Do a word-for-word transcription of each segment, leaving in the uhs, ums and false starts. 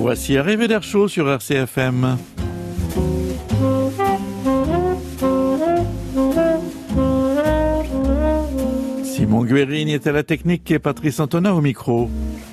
Voici Arrivé d'Air Chaud sur R C F M. Simon Guérini est à la technique et Patrice Antonin au micro.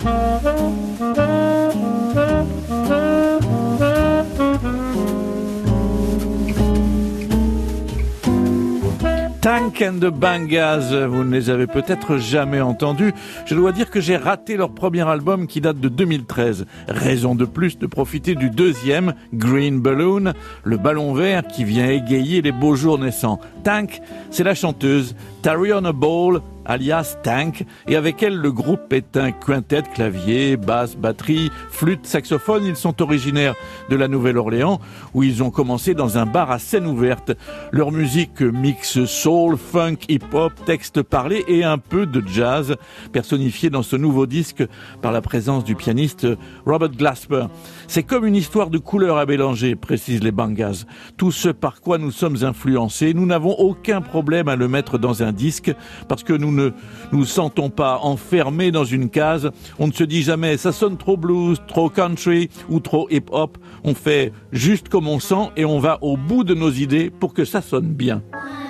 Tank and the Bangas, vous ne les avez peut-être jamais entendus. Je dois dire que j'ai raté leur premier album qui date de deux mille treize. Raison de plus de profiter du deuxième, Green Balloon, le ballon vert qui vient égayer les beaux jours naissants. Tank, c'est la chanteuse Tariona Ball, alias Tank, et avec elle, le groupe est un quintet, clavier, basse, batterie, flûte, saxophone. Ils sont originaires de la Nouvelle-Orléans, où ils ont commencé dans un bar à scène ouverte. Leur musique mixe soul, funk, hip-hop, texte parlé et un peu de jazz, personnifié dans ce nouveau disque par la présence du pianiste Robert Glasper. C'est comme une histoire de couleurs à mélanger, précisent les Bangas. Tout ce par quoi nous sommes influencés, nous n'avons aucun problème à le mettre dans un disque, parce que nous ne nous sentons pas enfermés dans une case. On ne se dit jamais ça sonne trop blues, trop country ou trop hip-hop. On fait juste comme on sent et on va au bout de nos idées pour que ça sonne bien.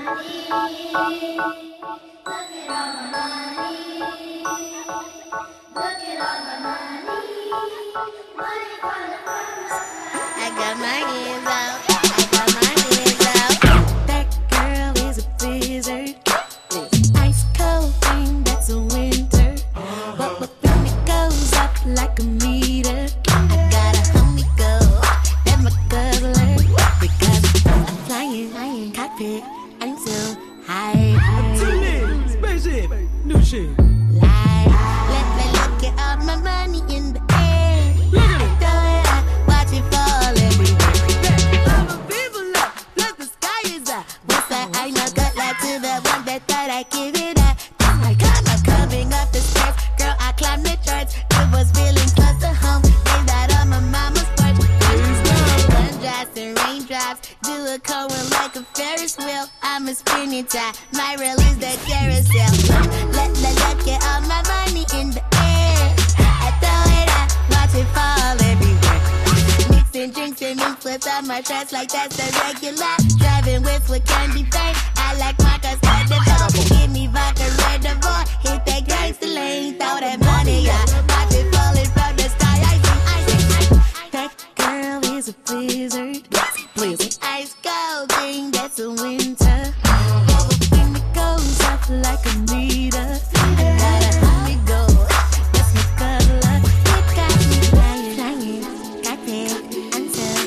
Like that's a regular. Driving with what can be fame. I like Marcus at the door. Give me vodka, red the boy. Hit that gangster lane, throw that money, yeah. Watch it falling from the sky. I sing, I sing, I sing. That girl is a blizzard. Blizzard. Ice cold thing, that's a winter. Everything that goes up like a meter. I gotta help me go. That's my color. It got me flying, flying. Got it until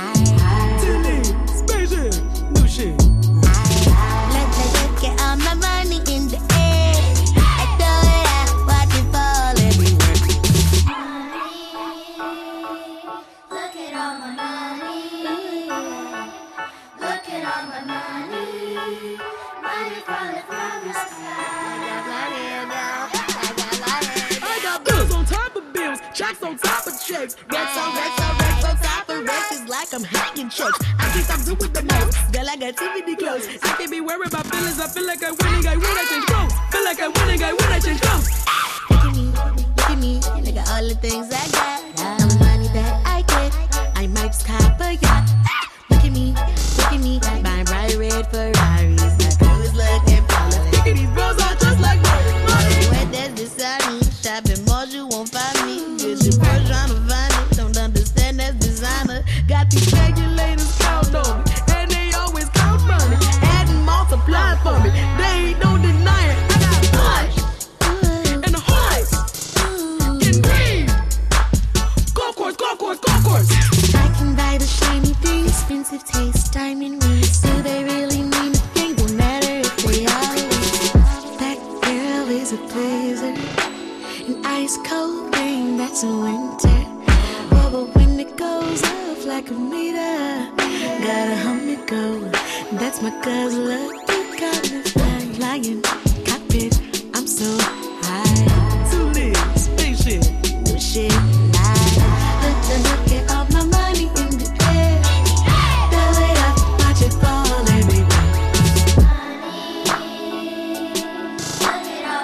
checks on top of checks. Racks on racks on racks on top of racks. It's like I'm hacking checks. I think I'm doing the most. Girl, I got too many clothes. I can't be worried about feelings. I feel like I'm winning. I win, I change clothes. Feel like I'm winning. I win, I change clothes. Look at me, look at me. I got all the things I got. All the money that I get. I might just cop a yacht. Look at me, look at me. Buying bright red Ferraris. My crew is looking flawless. Look at these bros all just like money. Where there's this on me. Shopping malls, you won't find me. Trying to find it, don't understand that's designer. Got these regulators count on me, and they always count money, add and multiply for me. They ain't no denying. I got push and a horse, getting green. Golf course, golf course, golf course. I can buy the shiny thing, expensive taste, diamond rings. Do they really mean a thing? Don't matter if they always. That girl is a blizzard, an ice cold thing that's a winter. Oh, but when it goes off like a meter, gotta help me go. That's my guzzler. You got me flying, flying, cockpit. I'm so high. Two legs, spaceship, no shit, lie. Look, look at all my money in the air. Fill it up, watch it fall everywhere.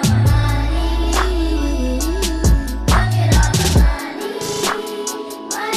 Money, look at all my money. Look at all my money.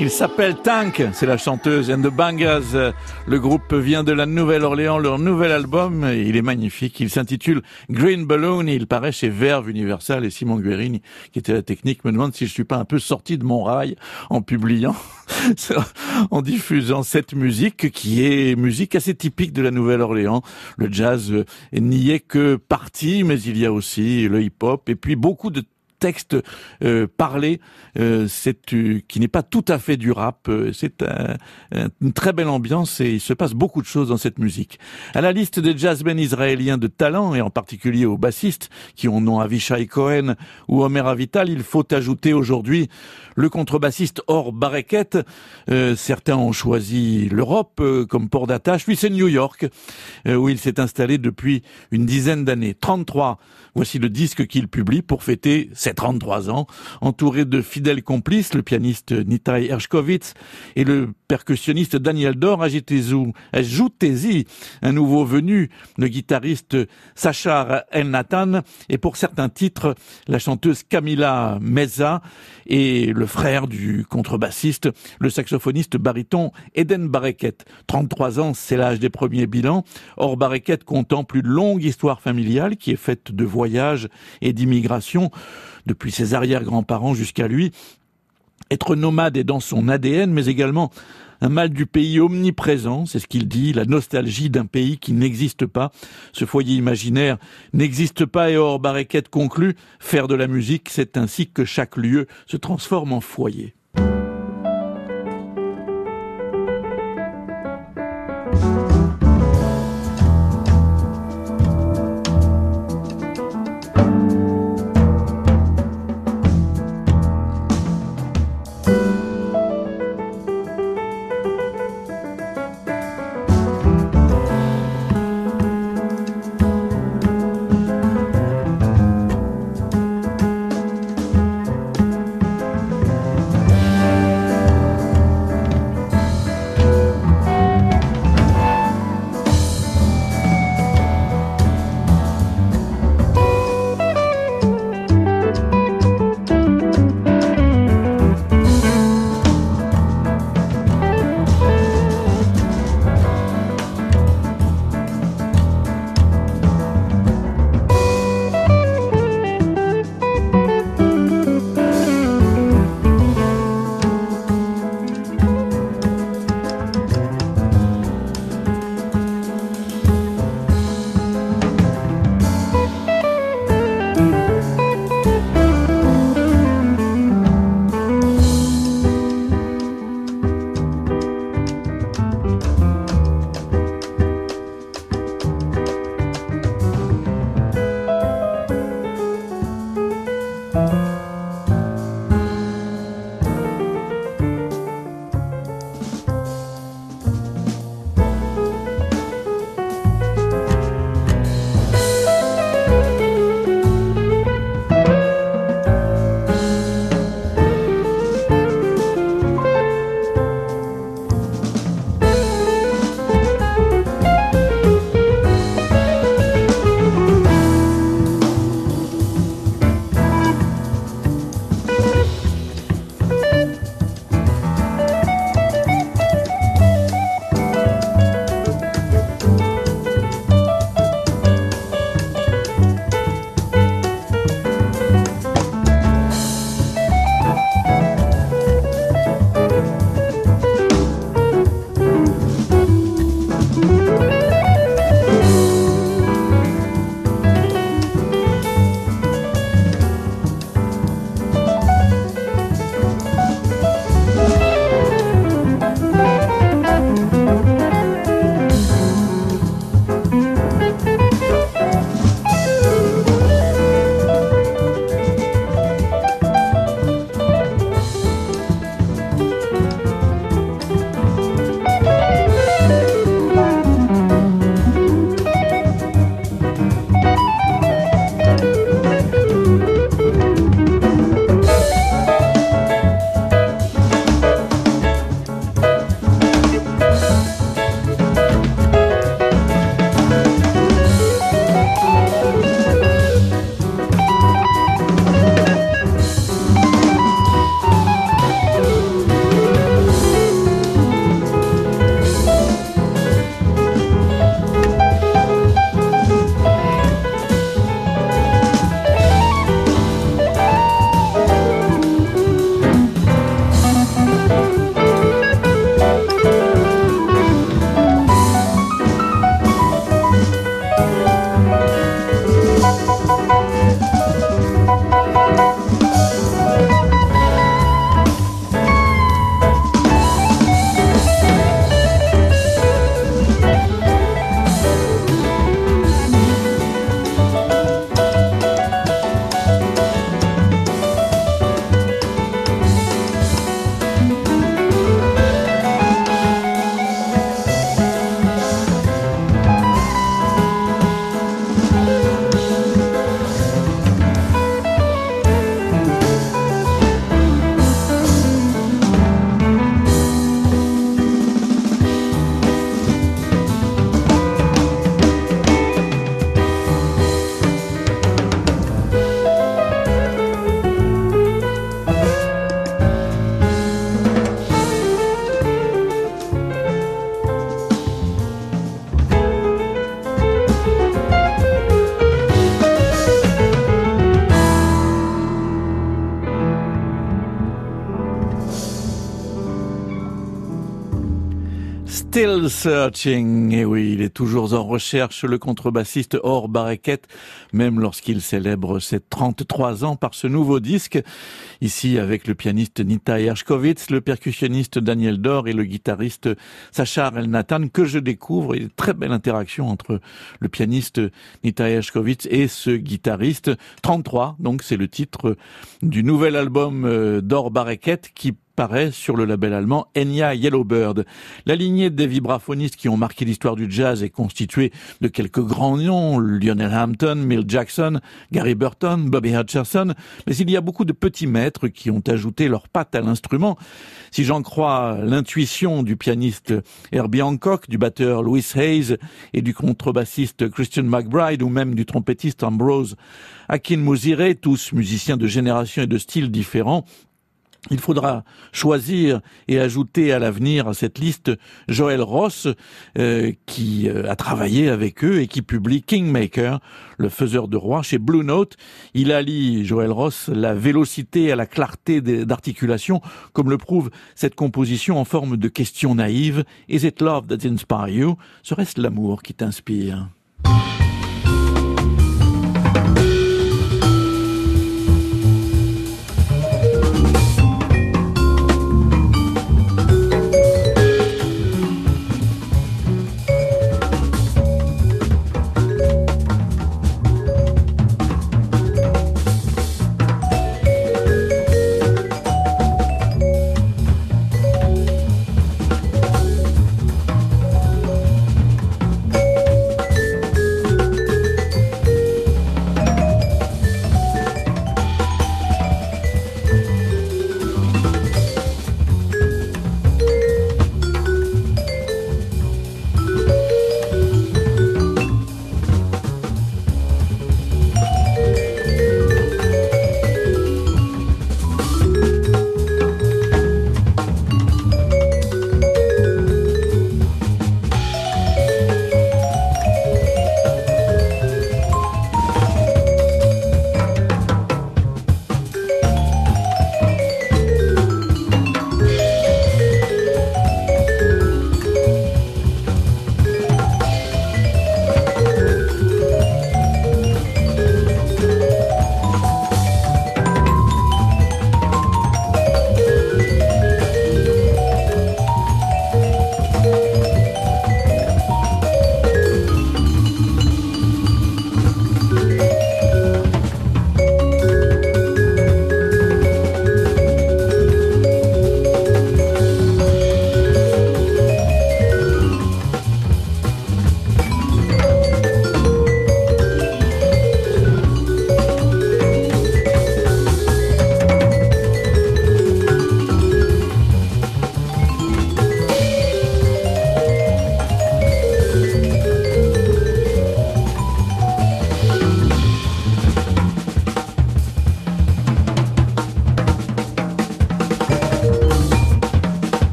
Il s'appelle Tank, c'est la chanteuse and the Bangers. Le groupe vient de la Nouvelle-Orléans, leur nouvel album, il est magnifique. Il s'intitule Green Balloon et il paraît chez Verve Universal. Et Simon Guérini, qui était la technique, me demande si je suis pas un peu sorti de mon rail en publiant, en diffusant cette musique qui est musique assez typique de la Nouvelle-Orléans. Le jazz n'y est que partie, mais il y a aussi le hip-hop et puis beaucoup de texte euh, parlé, euh, c'est euh, qui n'est pas tout à fait du rap. Euh, c'est un, un, une très belle ambiance et il se passe beaucoup de choses dans cette musique. À la liste des jazzmen israéliens de talent et en particulier aux bassistes qui ont nom Avishai Cohen ou Omer Avital, il faut ajouter aujourd'hui le contrebassiste Or Bareket. Euh, certains ont choisi l'Europe euh, comme port d'attache. Lui, c'est New York euh, où il s'est installé depuis une dizaine d'années. trente-trois. Voici le disque qu'il publie pour fêter ses trente-trois ans, entouré de fidèles complices, le pianiste Nitai Hershkovitz et le percussionniste Daniel Dor. Ajoutez-y, ajoutez-y un nouveau venu, le guitariste Sachar El-Nathan, et pour certains titres, la chanteuse Camila Meza et le frère du contrebassiste, le saxophoniste baryton Eden Bareket. trente-trois ans, c'est l'âge des premiers bilans. Or Bareket contemple une longue histoire familiale qui est faite de voyages et d'immigration depuis ses arrière-grands-parents jusqu'à lui. Être nomade est dans son A D N, mais également un mal du pays omniprésent, c'est ce qu'il dit, la nostalgie d'un pays qui n'existe pas. Ce foyer imaginaire n'existe pas et Or Bareket conclut, faire de la musique, c'est ainsi que chaque lieu se transforme en foyer. Still Searching. Et oui, il est toujours en recherche, le contrebassiste Or Bareket, même lorsqu'il célèbre ses trente-trois ans par ce nouveau disque. Ici, avec le pianiste Nita Hershkovitz, le percussionniste Daniel Dor et le guitariste Sachar El-Nathan, que je découvre. Il y a une très belle interaction entre le pianiste Nita Hershkovitz et ce guitariste. trente-trois, donc c'est le titre du nouvel album d'Or Bareket qui paraît sur le label allemand Enya Yellowbird. La lignée des vibraphonistes qui ont marqué l'histoire du jazz est constituée de quelques grands noms, Lionel Hampton, Milt Jackson, Gary Burton, Bobby Hutcherson, mais il y a beaucoup de petits maîtres qui ont ajouté leur patte à l'instrument. Si j'en crois l'intuition du pianiste Herbie Hancock, du batteur Louis Hayes et du contrebassiste Christian McBride ou même du trompettiste Ambrose Akinmusire, tous musiciens de génération et de styles différents, il faudra choisir et ajouter à l'avenir à cette liste Joel Ross, euh, qui euh, a travaillé avec eux et qui publie Kingmaker, le faiseur de roi, chez Blue Note. Il allie, Joel Ross, la vélocité à la clarté d'articulation, comme le prouve cette composition en forme de question naïve. Is it love that inspires you? Serait-ce l'amour qui t'inspire?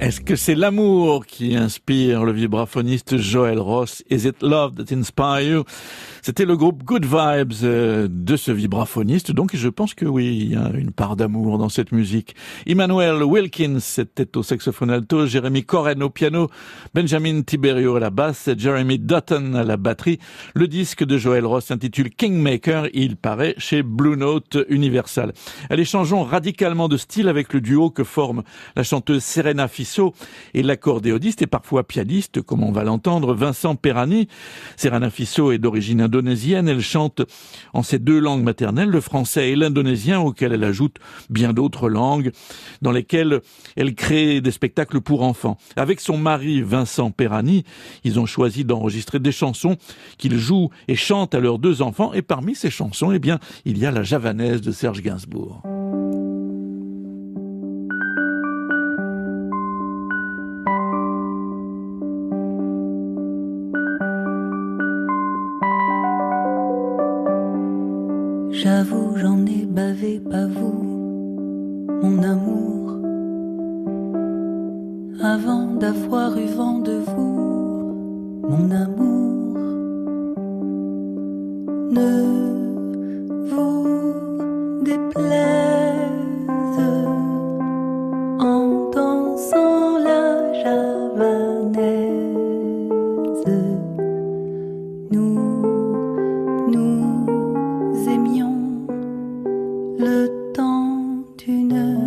Est-ce que c'est l'amour qui inspire le vibraphoniste Joel Ross? Is it love that inspires you? C'était le groupe Good Vibes euh, de ce vibraphoniste, donc je pense que oui, il y a une part d'amour dans cette musique. Emmanuel Wilkins était au saxophone alto, Jeremy Coren au piano, Benjamin Tiberio à la basse, Jeremy Dutton à la batterie. Le disque de Joel Ross s'intitule Kingmaker, il paraît chez Blue Note Universal. Allez, changeons radicalement de style avec le duo que forment la chanteuse Serena Fisso et l'accordéoniste et parfois pianiste, comme on va l'entendre, Vincent Perani. Serena Fisso est d'origine indonésienne, elle chante en ses deux langues maternelles, le français et l'indonésien, auquel elle ajoute bien d'autres langues, dans lesquelles elle crée des spectacles pour enfants. Avec son mari Vincent Perani, ils ont choisi d'enregistrer des chansons qu'ils jouent et chantent à leurs deux enfants, et parmi ces chansons, eh bien, il y a la javanaise de Serge Gainsbourg. J'avoue, j'en ai bavé, pas vous, mon amour, avant d'avoir eu vent de vous, mon amour. Ne vous déplaise en dansant la javanaise. Nous, nous aimions le temps d'une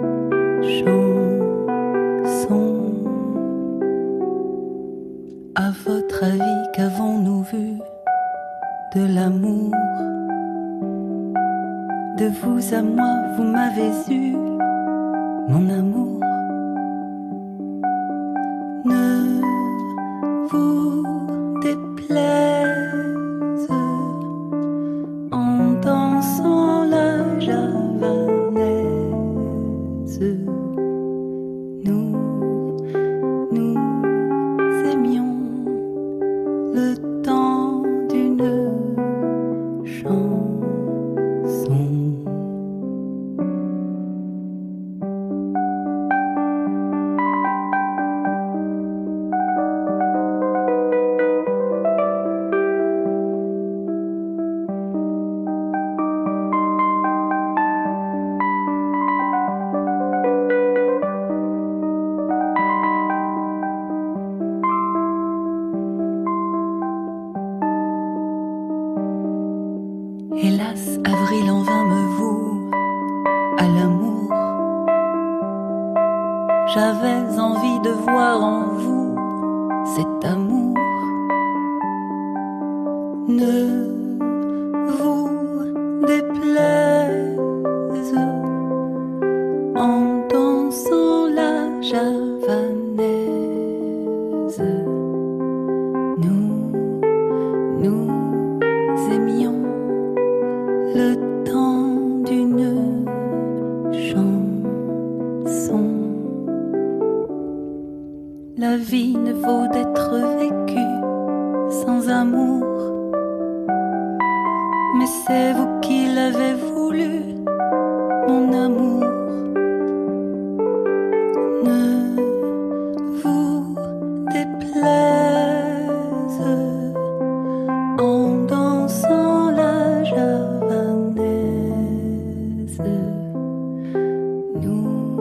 chanson. À votre avis, qu'avons-nous vu de l'amour? De vous à moi, vous m'avez eu, mon amour. Ne vous déplaise en dansant la javanaise. Nous, nous aimions le temps d'une chanson. Hélas, avril en vain me voue à l'amour. J'avais envie de voir en vous cet amour. Ne vous déplaise en dansant la javanaise. Nous, nous aimions le temps d'une chanson. La vie ne vaut d'être vécue sans amour, mais c'est vous qui l'avez voulu, mon amour. Ne vous déplaise en dansant la javanaise. Nous,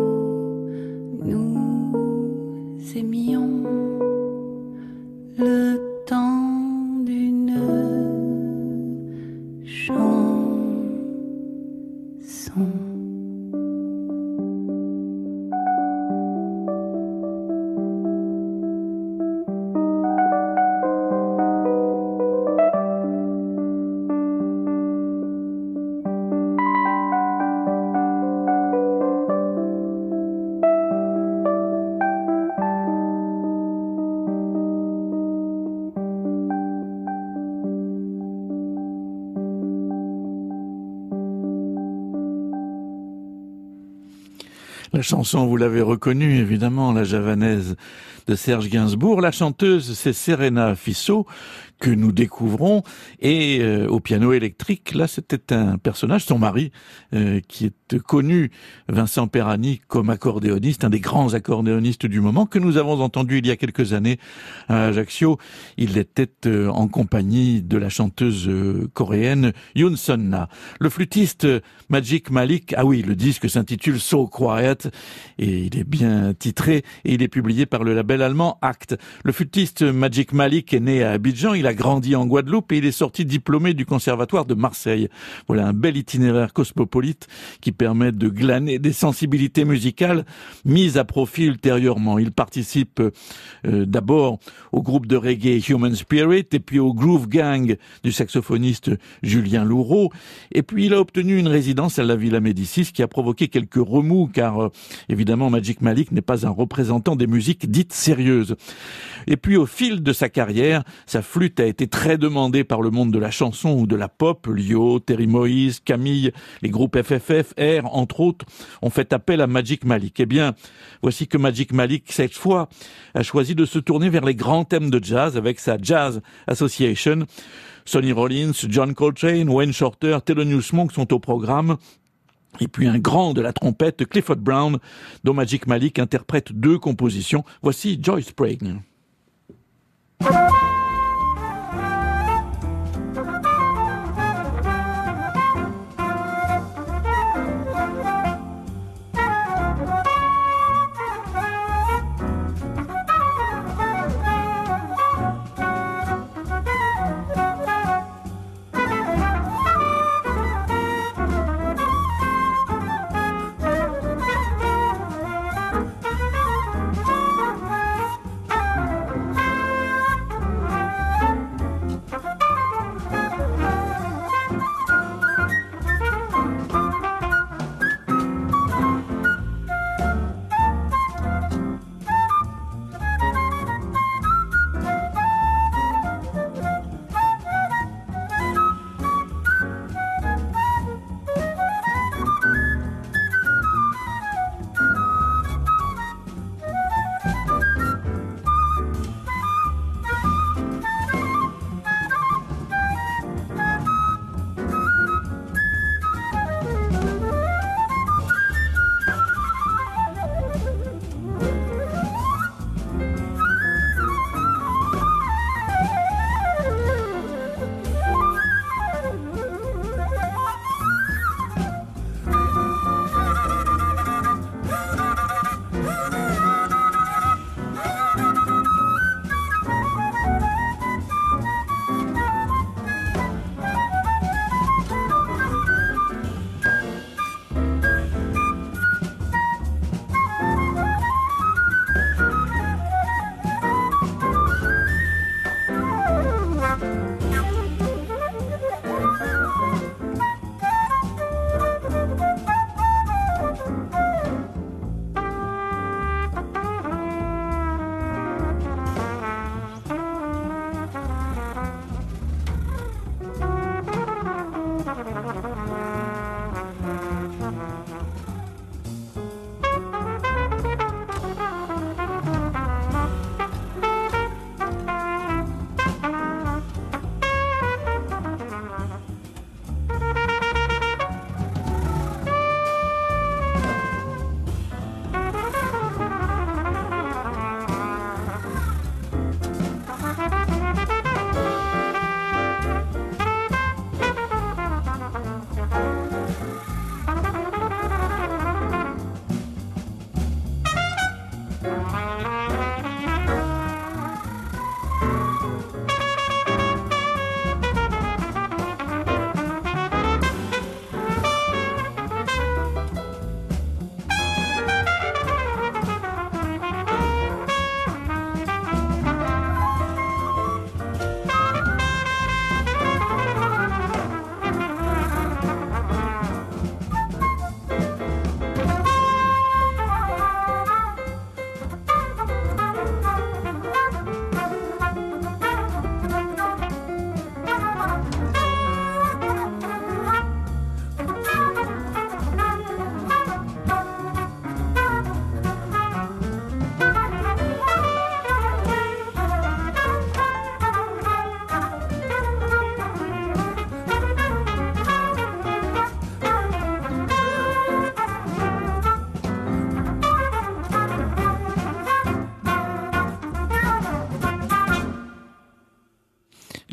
nous aimions le temps d'une chanson. La chanson, vous l'avez reconnue, évidemment, la javanaise de Serge Gainsbourg. La chanteuse, c'est Serena Fissot, que nous découvrons. Et euh, au piano électrique, là, c'était un personnage, son mari, euh, qui est connu, Vincent Perani, comme accordéoniste, un des grands accordéonistes du moment, que nous avons entendu il y a quelques années à Ajaccio. Il était euh, en compagnie de la chanteuse euh, coréenne Yoon Sun-na. Le flûtiste euh, Magic Malik, ah oui, le disque s'intitule So Quiet, et il est bien titré, et il est publié par le label allemand Act. Le flûtiste Magic Malik est né à Abidjan, il a grandi en Guadeloupe et il est sorti diplômé du conservatoire de Marseille. Voilà un bel itinéraire cosmopolite qui permet de glaner des sensibilités musicales mises à profit ultérieurement. Il participe euh, d'abord au groupe de reggae Human Spirit et puis au Groove Gang du saxophoniste Julien Louraud. Et puis il a obtenu une résidence à la Villa Médicis qui a provoqué quelques remous car euh, évidemment Magic Malik n'est pas un représentant des musiques dites sérieuses. Et puis au fil de sa carrière, sa flûte a été très demandée par le monde de la chanson ou de la pop. Lio, Terry Moïse, Camille, les groupes F F F, R, entre autres, ont fait appel à Magic Malik. Eh bien, voici que Magic Malik, cette fois, a choisi de se tourner vers les grands thèmes de jazz avec sa Jazz Association. Sonny Rollins, John Coltrane, Wayne Shorter, Thelonious Monk sont au programme. Et puis un grand de la trompette, Clifford Brown, dont Magic Malik interprète deux compositions. Voici Joy Sprague.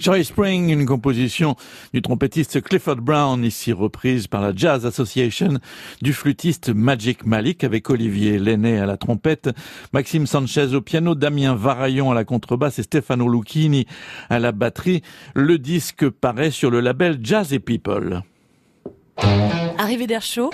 Joy Spring, une composition du trompettiste Clifford Brown, ici reprise par la Jazz Association, du flûtiste Magic Malik avec Olivier Lenné à la trompette, Maxime Sanchez au piano, Damien Varaillon à la contrebasse et Stefano Lucchini à la batterie. Le disque paraît sur le label Jazz et People. Arrivée d'Air Chaud,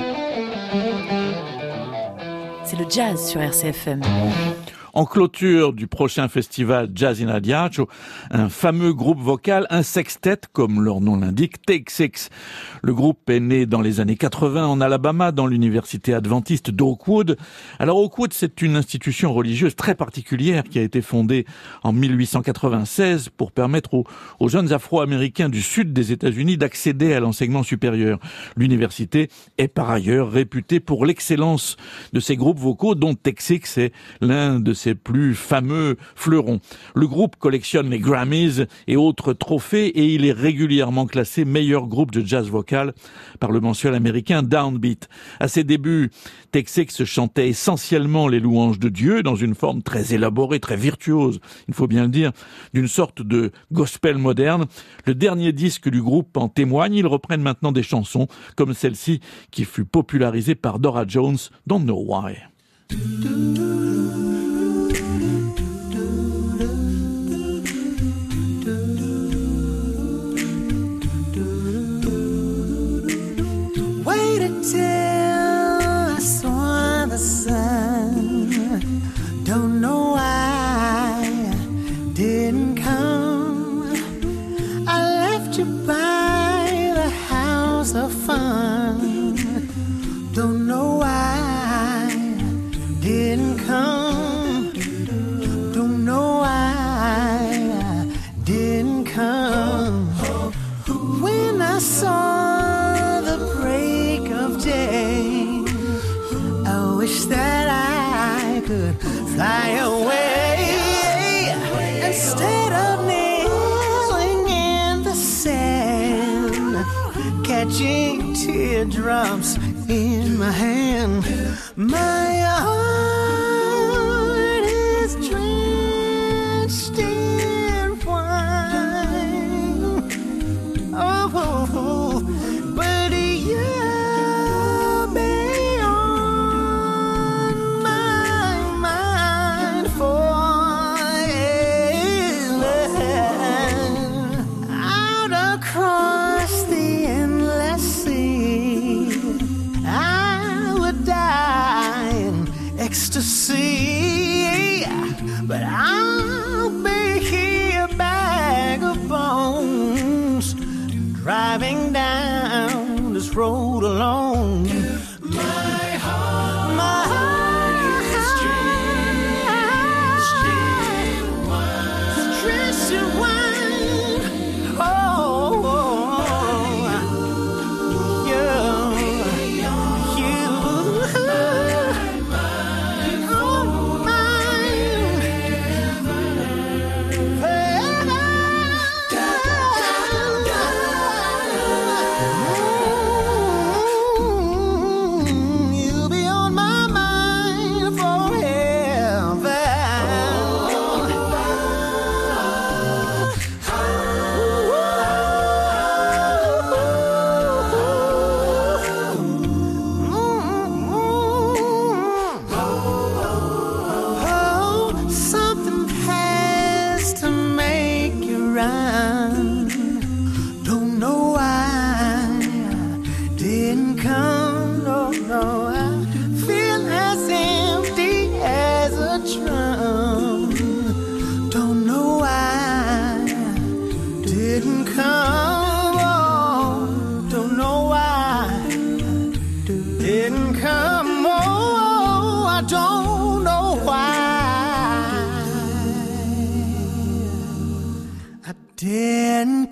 c'est le jazz sur R C F M. En clôture du prochain festival Jazz in Adagio, un fameux groupe vocal, un sextet, comme leur nom l'indique, Take Six. Le groupe est né dans les années quatre-vingts en Alabama, dans l'université adventiste d'Oakwood. Alors Oakwood, c'est une institution religieuse très particulière qui a été fondée en mille huit cent quatre-vingt-seize pour permettre aux, aux jeunes Afro-Américains du sud des États-Unis d'accéder à l'enseignement supérieur. L'université est par ailleurs réputée pour l'excellence de ses groupes vocaux, dont Take Six est l'un de ses plus fameux fleurons. Le groupe collectionne les Grammys et autres trophées et il est régulièrement classé meilleur groupe de jazz vocal par le mensuel américain Downbeat. À ses débuts, Take Six chantait essentiellement les louanges de Dieu dans une forme très élaborée, très virtuose, il faut bien le dire, d'une sorte de gospel moderne. Le dernier disque du groupe en témoigne, ils reprennent maintenant des chansons comme celle-ci qui fut popularisée par Dora Jones, Don't Know Why. Till I saw the sun, don't know why I didn't come. I left you by the house of fun, don't know why I didn't come. Don't know why I didn't come. When I saw the break of day, I wish that I could fly away instead of kneeling in the sand, catching teardrops in my hand. My heart is drenched in wine. Oh, oh, oh. But you'll be on my mind forever. Out across the endless sea, I would die in ecstasy, but I'll be here, a bag of bones, driving down this road alone. My heart, my heart is drenched in wine, drenched in wine. Oh, oh, oh. You, you, oh, mine, forever. You'll be on my mind forever. Oh, something has to make you run. Don't know why I didn't come. No, no, I feel as empty as a drum. Don't know why I didn't come. Oh, don't know why I didn't come. Oh, I don't know why I didn't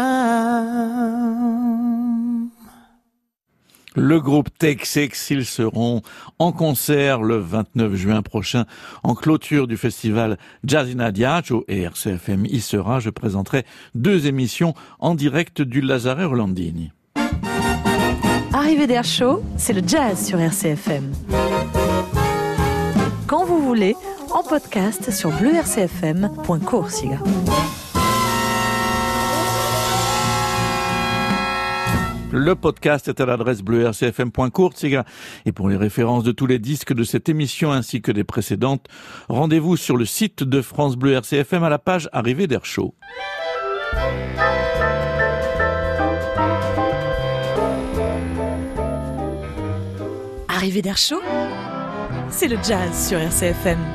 come. Le groupe Take Six, ils seront en concert le vingt-neuf juin prochain en clôture du festival Jazz in Adagio et R C F M y sera. Je présenterai deux émissions en direct du Lazaret Orlandini. Arrivée d'Air Chaud, c'est le jazz sur R C F M. Quand vous voulez, en podcast sur bleu r c f m point coursiga. Le podcast est à l'adresse bleu r c f m point courtsiga. Et pour les références de tous les disques de cette émission ainsi que des précédentes, rendez-vous sur le site de France Bleu R C F M à la page Arrivée d'Air Chaud. Arrivée d'Air Chaud, c'est le jazz sur R C F M.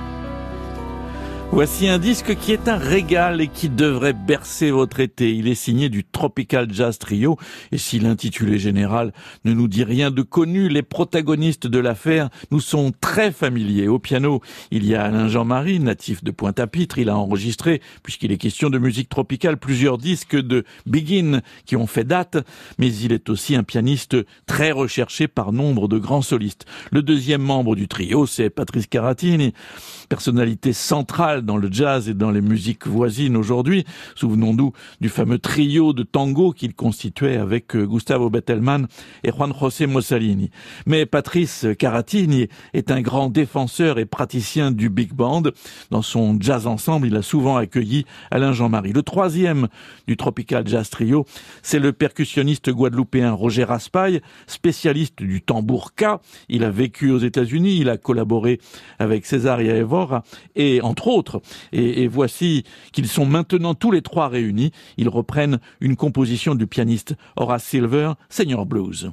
Voici un disque qui est un régal et qui devrait bercer votre été. Il est signé du Tropical Jazz Trio. Et si l'intitulé général ne nous dit rien de connu, les protagonistes de l'affaire nous sont très familiers. Au piano, il y a Alain Jean-Marie, natif de Pointe-à-Pitre. Il a enregistré, puisqu'il est question de musique tropicale, plusieurs disques de Begin qui ont fait date. Mais il est aussi un pianiste très recherché par nombre de grands solistes. Le deuxième membre du trio, c'est Patrice Caratini, personnalité centrale dans le jazz et dans les musiques voisines aujourd'hui. Souvenons-nous du fameux trio de tango qu'il constituait avec Gustavo Bettelmann et Juan José Mossalini. Mais Patrice Caratini est un grand défenseur et praticien du big band. Dans son jazz ensemble, il a souvent accueilli Alain Jean-Marie. Le troisième du Tropical Jazz Trio, c'est le percussionniste guadeloupéen Roger Raspail, spécialiste du tambour K. Il a vécu aux États-Unis, il a collaboré avec Cesaria Evora et entre autres. Et, et voici qu'ils sont maintenant tous les trois réunis. Ils reprennent une composition du pianiste Horace Silver, Senior Blues.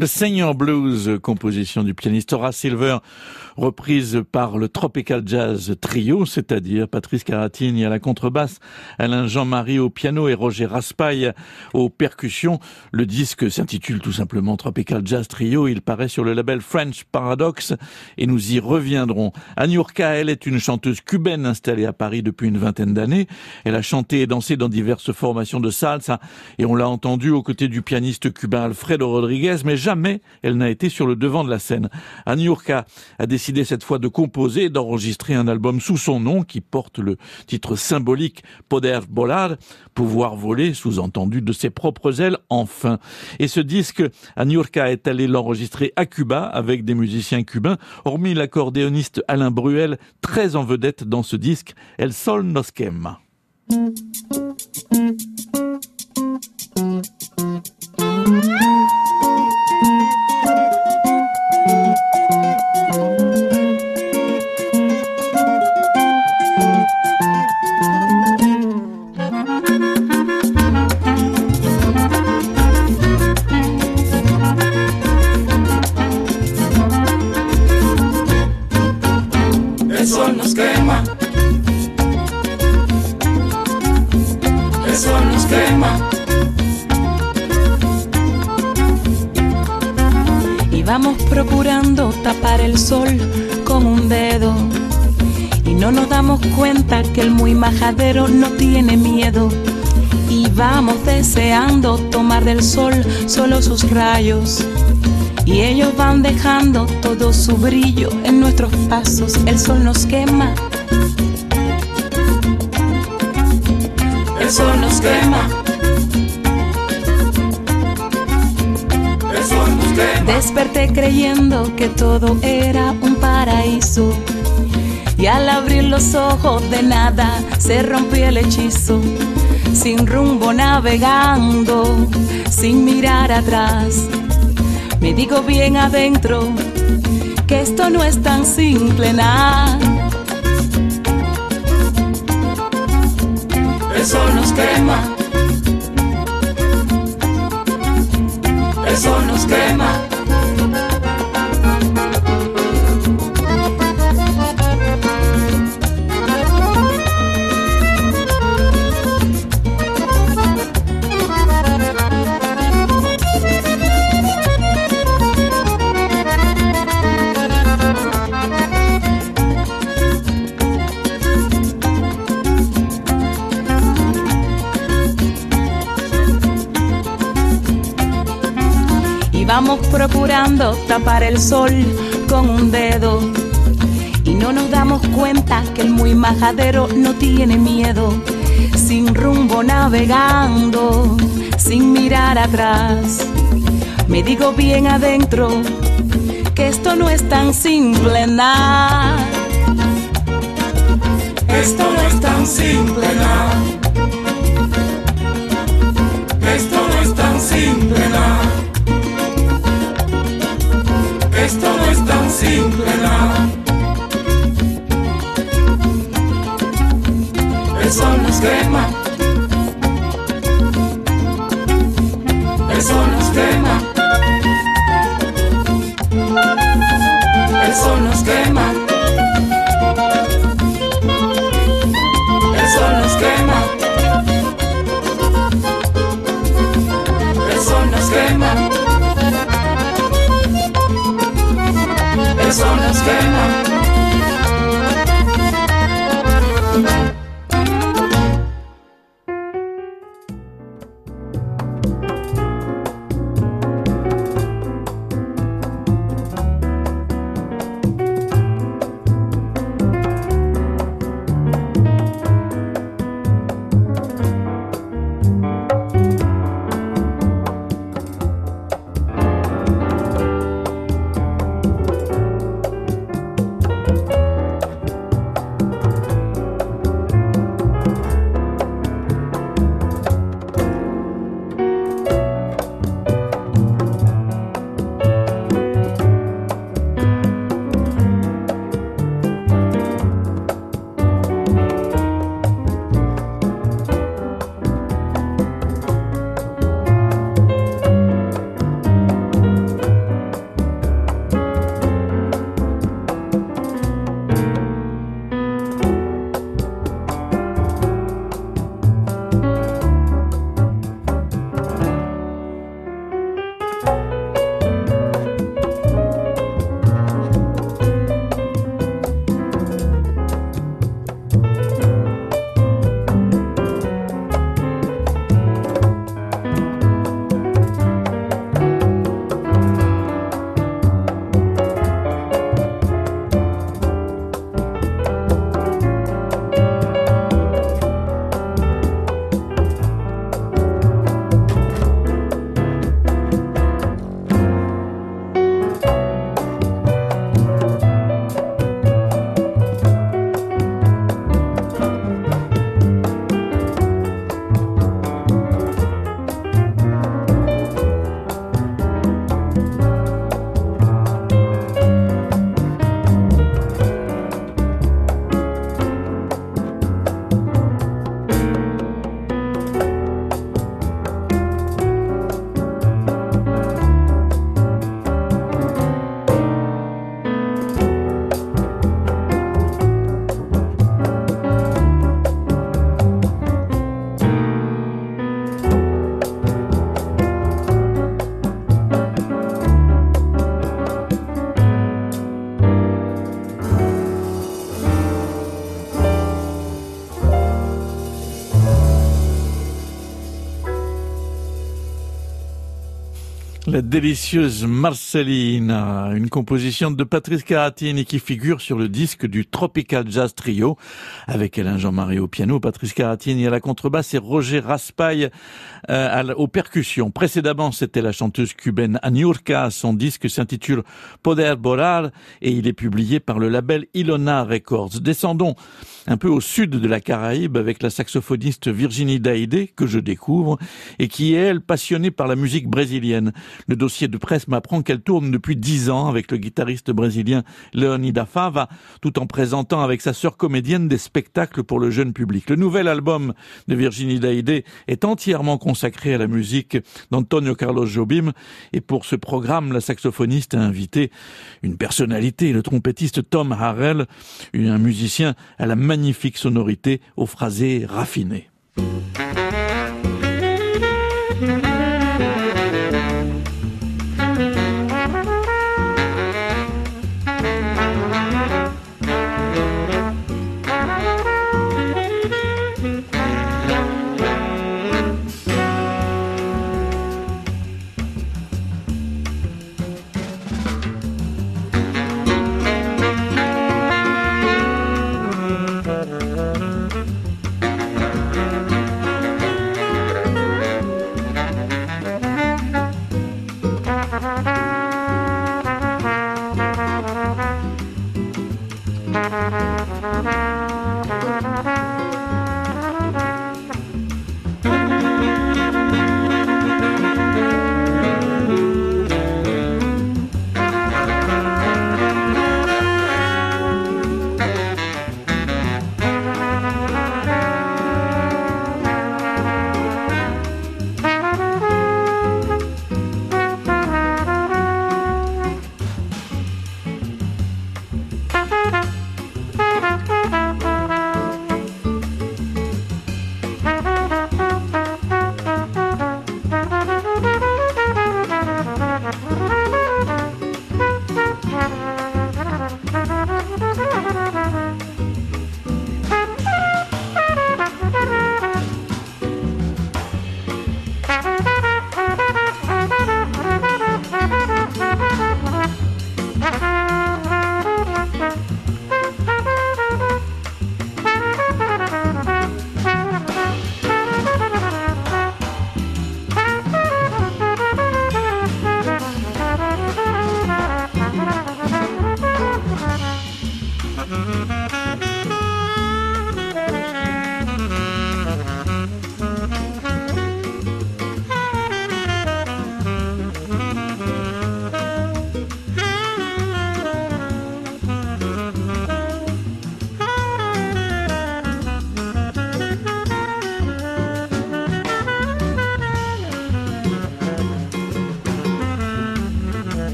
Le Senior Blues, composition du pianiste Horace Silver, reprise par le Tropical Jazz Trio, c'est-à-dire Patrice Caratini à la contrebasse, Alain Jean-Marie au piano et Roger Raspail aux percussions. Le disque s'intitule tout simplement Tropical Jazz Trio. Il paraît sur le label French Paradox et nous y reviendrons. Aniurka, elle, est une chanteuse cubaine installée à Paris depuis une vingtaine d'années. Elle a chanté et dansé dans diverses formations de salsa et on l'a entendue aux côtés du pianiste cubain Alfredo Rodriguez, mais jamais elle n'a été sur le devant de la scène. Aniurka a décidé cette fois de composer et d'enregistrer un album sous son nom qui porte le titre symbolique Poder Volar, pouvoir voler, sous-entendu de ses propres ailes, enfin. Et ce disque, Aniurka est allée l'enregistrer à Cuba avec des musiciens cubains, hormis l'accordéoniste Alain Bruel, très en vedette dans ce disque, El Sol Nos Quema. El sol nos quema, el sol nos quema. Y vamos procurando tapar el sol con un dedo. Y no nos damos cuenta que el muy majadero no tiene miedo. Y vamos deseando tomar del sol solo sus rayos. Y ellos van dejando todo su brillo en nuestros pasos. El sol nos quema. El sol nos quema. El sol nos quema. Desperté creyendo que todo era un paraíso. Y al abrir los ojos de nada se rompió el hechizo. Sin rumbo navegando, sin mirar atrás. Me digo bien adentro que esto no es tan simple, nada. El sol nos quema. El sol nos quema. Vamos procurando tapar el sol con un dedo y no nos damos cuenta que el muy majadero no tiene miedo. Sin rumbo navegando, sin mirar atrás. Me digo bien adentro que esto no es tan simple, nada. Esto no es tan simple, nada. Esto no es tan simple, nada. Esto no es tan simple, nada. El sol nos quema. El sol nos quema. El sol nos quema. El sol nos quema. El sol nos quema. El sol nos quema. La délicieuse Marcellina, une composition de Patrice Caratini qui figure sur le disque du Tropical Jazz Trio, avec Alain Jean-Marie au piano, Patrice Caratini à la contrebasse et Roger Raspail euh, aux percussions. Précédemment, c'était la chanteuse cubaine Aniurka. Son disque s'intitule Poder Volar et il est publié par le label Ilona Records. Descendons un peu au sud de la Caraïbe avec la saxophoniste Virginie Daide, que je découvre, et qui est, elle, passionnée par la musique brésilienne. Le dossier de presse m'apprend qu'elle tourne depuis dix ans avec le guitariste brésilien Leonida Fava, tout en présentant avec sa sœur comédienne des spectacles pour le jeune public. Le nouvel album de Virginie Daide est entièrement consacré à la musique d'Antonio Carlos Jobim, et pour ce programme, la saxophoniste a invité une personnalité, le trompettiste Tom Harrell, un musicien à la magnifique sonorité, aux phrasés raffinés.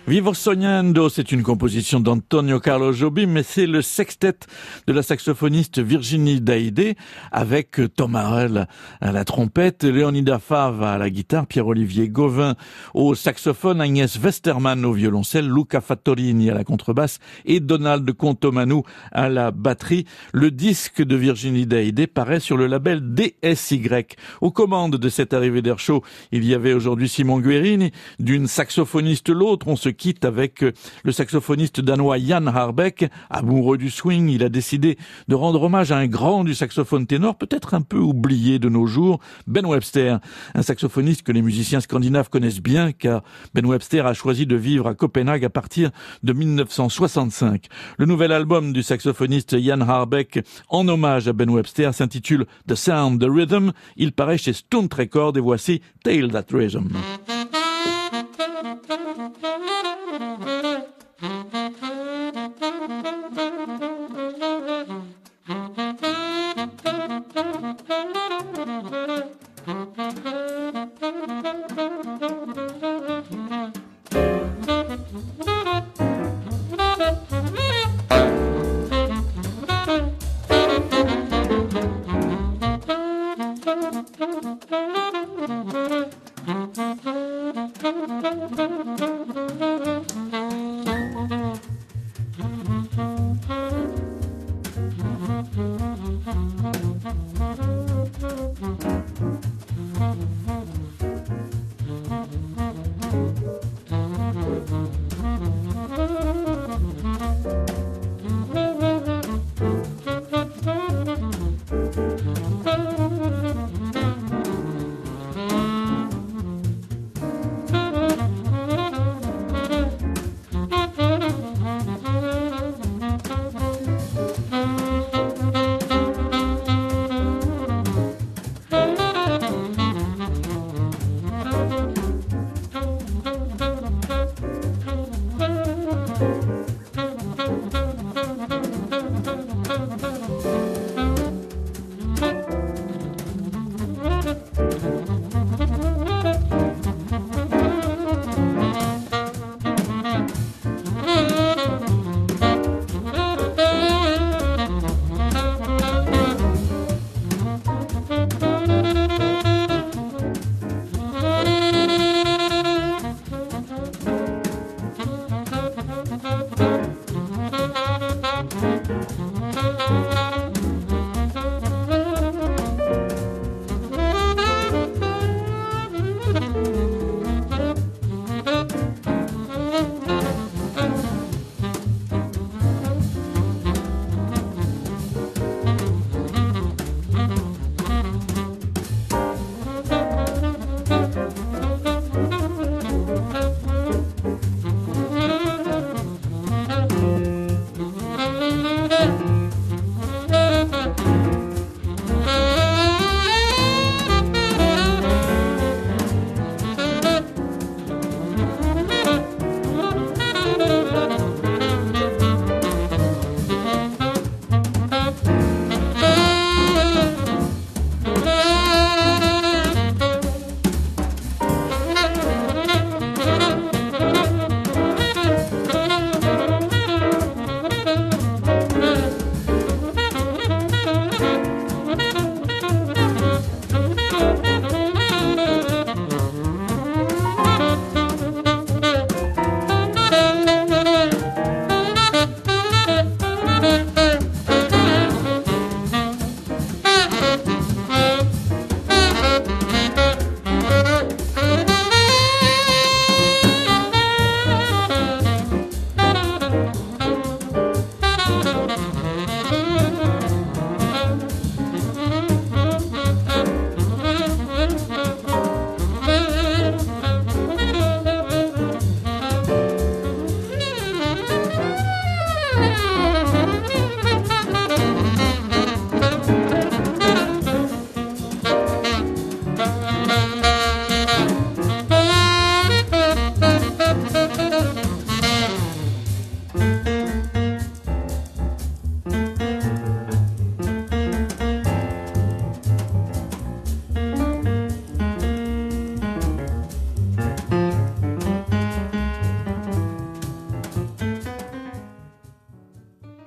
Vivo Sognando, c'est une composition d'Antonio Carlos Jobim, mais c'est le sextet de la saxophoniste Virginie Daïdé, avec Tom Harrell à la trompette, Leonida Fava à la guitare, Pierre-Olivier Gauvin au saxophone, Agnès Westermann au violoncelle, Luca Fattorini à la contrebasse et Donald Contomanu à la batterie. Le disque de Virginie Daïdé paraît sur le label D S Y. Aux commandes de cette arrivée d'Air Show, il y avait aujourd'hui Simon Guerini. D'une saxophoniste l'autre, on se quitte avec le saxophoniste danois Jan Harbeck. Amoureux du swing, il a décidé de rendre hommage à un grand du saxophone ténor, peut-être un peu oublié de nos jours, Ben Webster. Un saxophoniste que les musiciens scandinaves connaissent bien, car Ben Webster a choisi de vivre à Copenhague à partir de mille neuf cent soixante-cinq. Le nouvel album du saxophoniste Jan Harbeck, en hommage à Ben Webster, s'intitule The Sound, The Rhythm. Il paraît chez Stunt Records et voici Tail That Rhythm.